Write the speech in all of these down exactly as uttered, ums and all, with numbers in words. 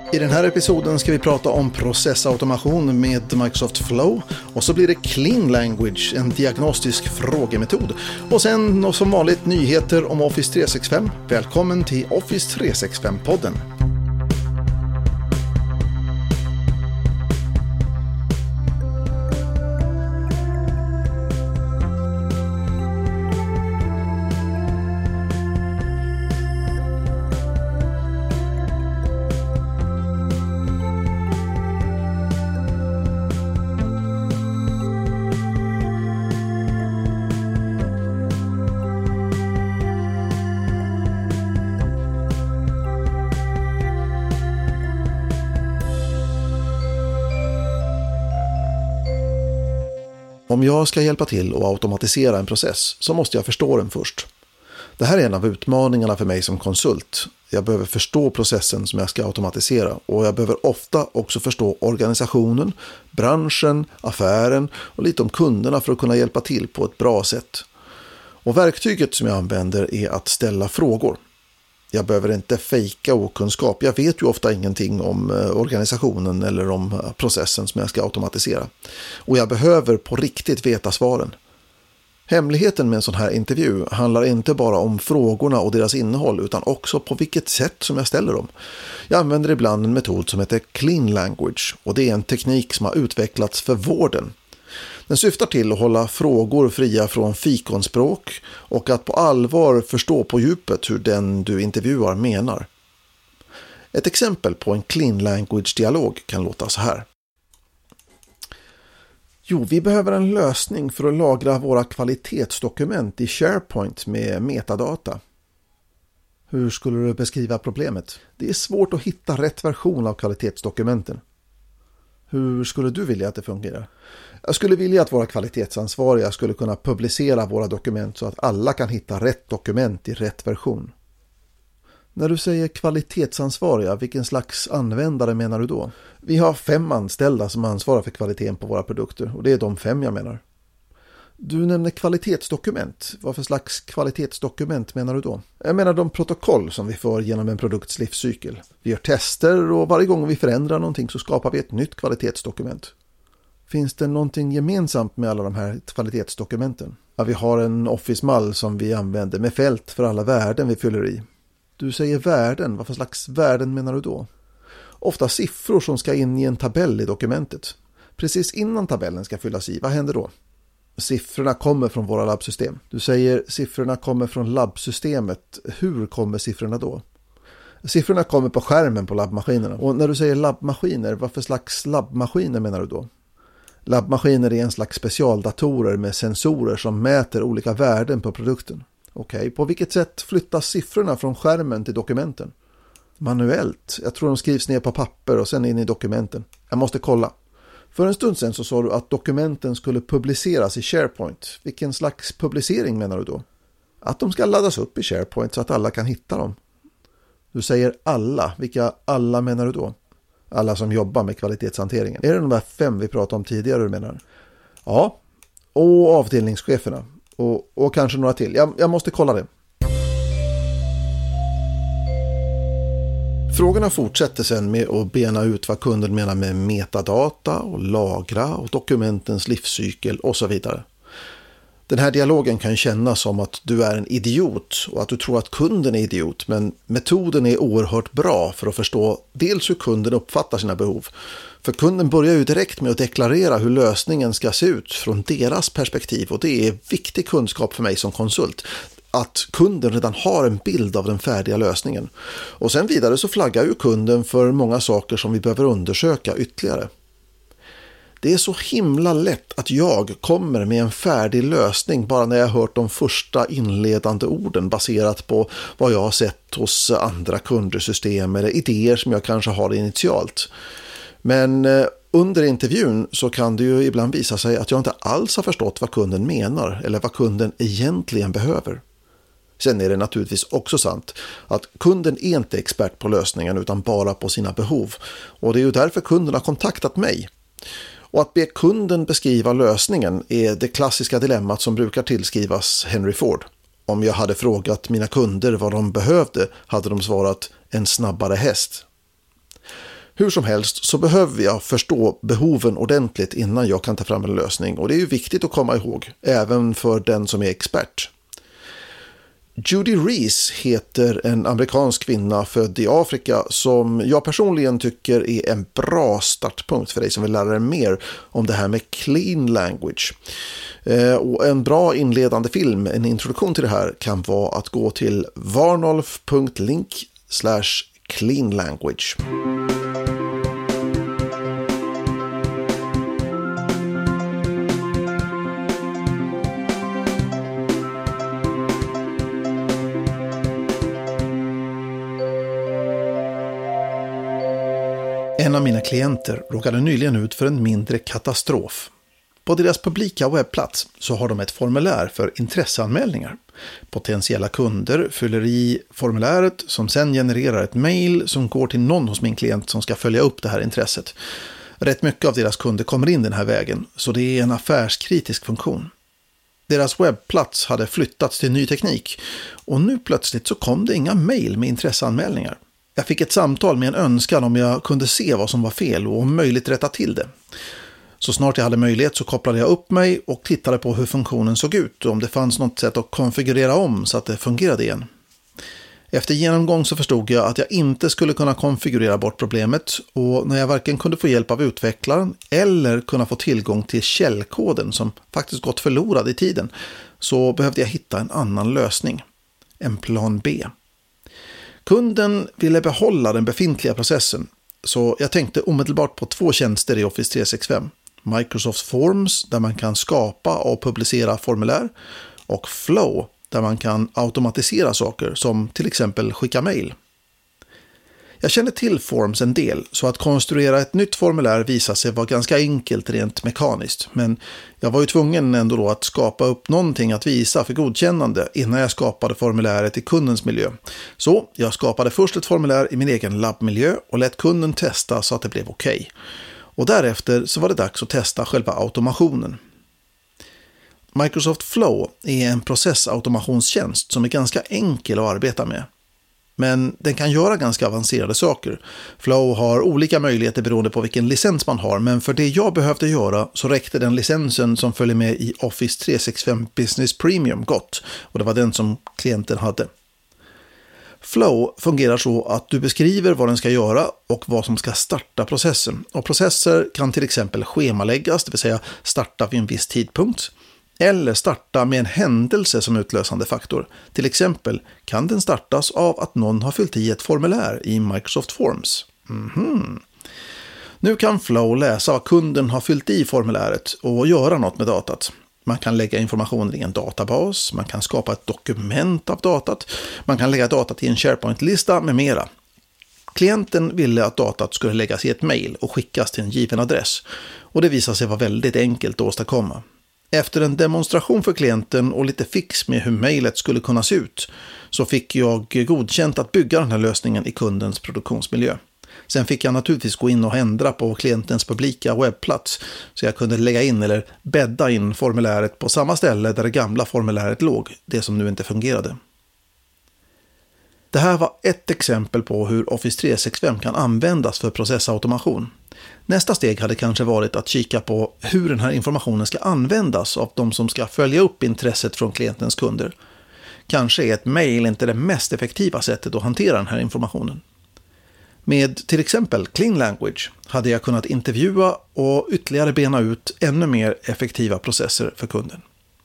I den här episoden ska vi prata om processautomation med Microsoft Flow och så blir det Clean Language, en diagnostisk frågemetod. Och sen som vanligt nyheter om Office tre sextiofem. Välkommen till Office tre sextiofem-podden. Om jag ska hjälpa till att automatisera en process så måste jag förstå den först. Det här är en av utmaningarna för mig som konsult. Jag behöver förstå processen som jag ska automatisera och jag behöver ofta också förstå organisationen, branschen, affären och lite om kunderna för att kunna hjälpa till på ett bra sätt. Och verktyget som jag använder är att ställa frågor. Jag behöver inte fejka okunskap. Jag vet ju ofta ingenting om organisationen eller om processen som jag ska automatisera. Och jag behöver på riktigt veta svaren. Hemligheten med en sån här intervju handlar inte bara om frågorna och deras innehåll utan också på vilket sätt som jag ställer dem. Jag använder ibland en metod som heter Clean Language och det är en teknik som har utvecklats för vården. Den syftar till att hålla frågor fria från fikonspråk och att på allvar förstå på djupet hur den du intervjuar menar. Ett exempel på en Clean Language-dialog kan låta så här. Jo, vi behöver en lösning för att lagra våra kvalitetsdokument i SharePoint med metadata. Hur skulle du beskriva problemet? Det är svårt att hitta rätt version av kvalitetsdokumenten. Hur skulle du vilja att det fungerar? Jag skulle vilja att våra kvalitetsansvariga skulle kunna publicera våra dokument så att alla kan hitta rätt dokument i rätt version. När du säger kvalitetsansvariga, vilken slags användare menar du då? Vi har fem anställda som ansvarar för kvaliteten på våra produkter och det är de fem jag menar. Du nämner kvalitetsdokument. Vad för slags kvalitetsdokument menar du då? Jag menar de protokoll som vi för genom en produkts livscykel. Vi gör tester och varje gång vi förändrar någonting så skapar vi ett nytt kvalitetsdokument. Finns det någonting gemensamt med alla de här kvalitetsdokumenten? Ja, vi har en Office-mall som vi använder med fält för alla värden vi fyller i. Du säger värden. Vad för slags värden menar du då? Ofta siffror som ska in i en tabell i dokumentet. Precis innan tabellen ska fyllas i, vad händer då? Siffrorna kommer från våra labbsystem. Du säger siffrorna kommer från labbsystemet. Hur kommer siffrorna då? Siffrorna kommer på skärmen på labbmaskinerna. Och när du säger labbmaskiner, vad för slags labbmaskiner menar du då? Labbmaskiner är en slags specialdatorer med sensorer som mäter olika värden på produkten. Okej, okay. På vilket sätt flyttas siffrorna från skärmen till dokumenten? Manuellt. Jag tror de skrivs ner på papper och sen in i dokumenten. Jag måste kolla. För en stund sedan så sa du att dokumenten skulle publiceras i SharePoint. Vilken slags publicering menar du då? Att de ska laddas upp i SharePoint så att alla kan hitta dem. Du säger alla. Vilka alla menar du då? Alla som jobbar med kvalitetshanteringen. Är det de där fem vi pratade om tidigare du menar? Ja, och avdelningscheferna. Och, och kanske några till. Jag, jag måste kolla det. Frågorna fortsätter sen med att bena ut vad kunden menar med metadata och lagra och dokumentens livscykel och så vidare. Den här dialogen kan kännas som att du är en idiot och att du tror att kunden är idiot, men metoden är oerhört bra för att förstå dels hur kunden uppfattar sina behov. För kunden börjar ju direkt med att deklarera hur lösningen ska se ut från deras perspektiv och det är viktig kunskap för mig som konsult. Att kunden redan har en bild av den färdiga lösningen. Och sen vidare så flaggar ju kunden för många saker som vi behöver undersöka ytterligare. Det är så himla lätt att jag kommer med en färdig lösning bara när jag har hört de första inledande orden baserat på vad jag har sett hos andra kundsystem eller idéer som jag kanske har initialt. Men under intervjun så kan det ju ibland visa sig att jag inte alls har förstått vad kunden menar eller vad kunden egentligen behöver. Sen är det naturligtvis också sant att kunden är inte expert på lösningen utan bara på sina behov. Och det är ju därför kunden har kontaktat mig. Och att be kunden beskriva lösningen är det klassiska dilemmat som brukar tillskrivas Henry Ford. Om jag hade frågat mina kunder vad de behövde hade de svarat en snabbare häst. Hur som helst så behöver jag förstå behoven ordentligt innan jag kan ta fram en lösning, och det är ju viktigt att komma ihåg, även för den som är expert. Judy Rees heter en amerikansk kvinna född i Afrika som jag personligen tycker är en bra startpunkt för dig som vill lära dig mer om det här med clean language. Eh, och en bra inledande film, en introduktion till det här, kan vara att gå till varnolf punkt link slash clean language. En av mina klienter råkade nyligen ut för en mindre katastrof. På deras publika webbplats så har de ett formulär för intresseanmälningar. Potentiella kunder fyller i formuläret som sedan genererar ett mejl som går till någon hos min klient som ska följa upp det här intresset. Rätt mycket av deras kunder kommer in den här vägen, så det är en affärskritisk funktion. Deras webbplats hade flyttats till ny teknik och nu plötsligt så kom det inga mejl med intresseanmälningar. Jag fick ett samtal med en önskan om jag kunde se vad som var fel och om möjligt rätta till det. Så snart jag hade möjlighet så kopplade jag upp mig och tittade på hur funktionen såg ut och om det fanns något sätt att konfigurera om så att det fungerade igen. Efter genomgång så förstod jag att jag inte skulle kunna konfigurera bort problemet, och när jag varken kunde få hjälp av utvecklaren eller kunna få tillgång till källkoden som faktiskt gått förlorad i tiden, så behövde jag hitta en annan lösning. En plan B. Kunden ville behålla den befintliga processen, så jag tänkte omedelbart på två tjänster i Office tre sextiofem. Microsoft Forms, där man kan skapa och publicera formulär, och Flow, där man kan automatisera saker som till exempel skicka mejl. Jag kände till Forms en del, så att konstruera ett nytt formulär visade sig vara ganska enkelt rent mekaniskt, men jag var ju tvungen ändå då att skapa upp någonting att visa för godkännande innan jag skapade formuläret i kundens miljö. Så jag skapade först ett formulär i min egen labbmiljö och lät kunden testa så att det blev okej. Okay. Och därefter så var det dags att testa själva automationen. Microsoft Flow är en processautomationstjänst som är ganska enkel att arbeta med. Men den kan göra ganska avancerade saker. Flow har olika möjligheter beroende på vilken licens man har, men för det jag behövde göra så räckte den licensen som följer med i Office tre sextiofem Business Premium gott, och det var den som klienten hade. Flow fungerar så att du beskriver vad den ska göra och vad som ska starta processen. Och processer kan till exempel schemaläggas, det vill säga starta vid en viss tidpunkt, eller starta med en händelse som utlösande faktor. Till exempel kan den startas av att någon har fyllt i ett formulär i Microsoft Forms. Mm-hmm. Nu kan Flow läsa vad kunden har fyllt i formuläret och göra något med datat. Man kan lägga informationen i en databas, man kan skapa ett dokument av datat, man kan lägga datat i en SharePoint-lista med mera. Klienten ville att datat skulle läggas i ett mejl och skickas till en given adress, och det visade sig vara väldigt enkelt att åstadkomma. Efter en demonstration för klienten och lite fix med hur mejlet skulle kunna se ut, så fick jag godkänt att bygga den här lösningen i kundens produktionsmiljö. Sen fick jag naturligtvis gå in och ändra på klientens publika webbplats, så jag kunde lägga in eller bädda in formuläret på samma ställe där det gamla formuläret låg, det som nu inte fungerade. Det här var ett exempel på hur Office tre sextiofem kan användas för processautomation. Nästa steg hade kanske varit att kika på hur den här informationen ska användas av de som ska följa upp intresset från klientens kunder. Kanske är ett mejl inte det mest effektiva sättet att hantera den här informationen. Med till exempel Clean Language hade jag kunnat intervjua och ytterligare bena ut ännu mer effektiva processer för kunden.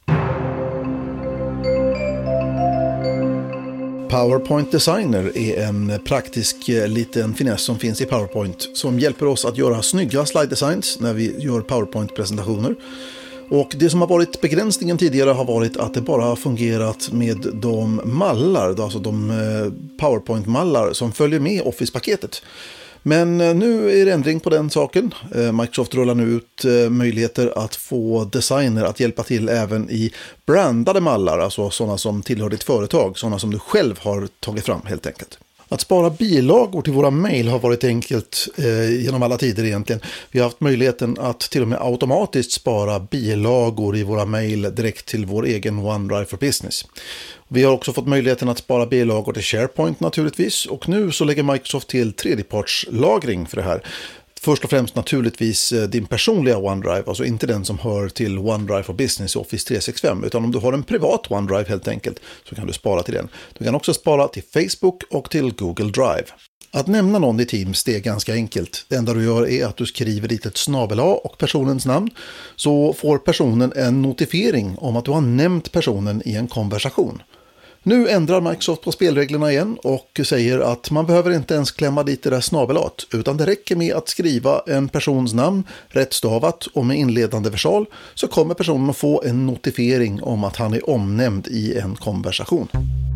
PowerPoint Designer är en praktisk liten finess som finns i PowerPoint som hjälper oss att göra snygga slide designs när vi gör PowerPoint-presentationer. Och det som har varit begränsningen tidigare har varit att det bara har fungerat med de mallar, alltså de PowerPoint-mallar som följer med Office-paketet. Men nu är det ändring på den saken. Microsoft rullar nu ut möjligheter att få designer att hjälpa till även i brandade mallar, alltså sådana som tillhör ditt företag, sådana som du själv har tagit fram helt enkelt. Att spara bilagor till våra mejl har varit enkelt eh, genom alla tider egentligen. Vi har haft möjligheten att till och med automatiskt spara bilagor i våra mejl direkt till vår egen OneDrive for Business. Vi har också fått möjligheten att spara bilagor till SharePoint naturligtvis, och nu så lägger Microsoft till tredjepartslagring för det här. Först och främst naturligtvis din personliga OneDrive, alltså inte den som hör till OneDrive for Business i Office tre sextiofem, utan om du har en privat OneDrive helt enkelt så kan du spara till den. Du kan också spara till Facebook och till Google Drive. Att nämna någon i Teams, det är ganska enkelt. Det enda du gör är att du skriver dit ett snabel A och personens namn, så får personen en notifiering om att du har nämnt personen i en konversation. Nu ändrar Microsoft på spelreglerna igen och säger att man behöver inte ens klämma dit det där snabelat, utan det räcker med att skriva en persons namn rätt stavat och med inledande versal, så kommer personen att få en notifiering om att han är omnämnd i en konversation.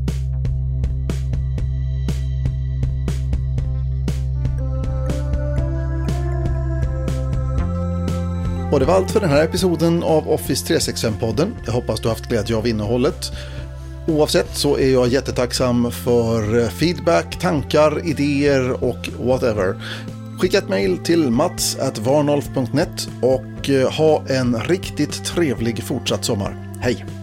Och det var allt för den här episoden av Office tre sextiofem-podden. Jag hoppas du har haft glädje av innehållet. Oavsett så är jag jättetacksam för feedback, tankar, idéer och whatever. Skicka ett mejl till mats at varnolf punkt net och ha en riktigt trevlig fortsatt sommar. Hej!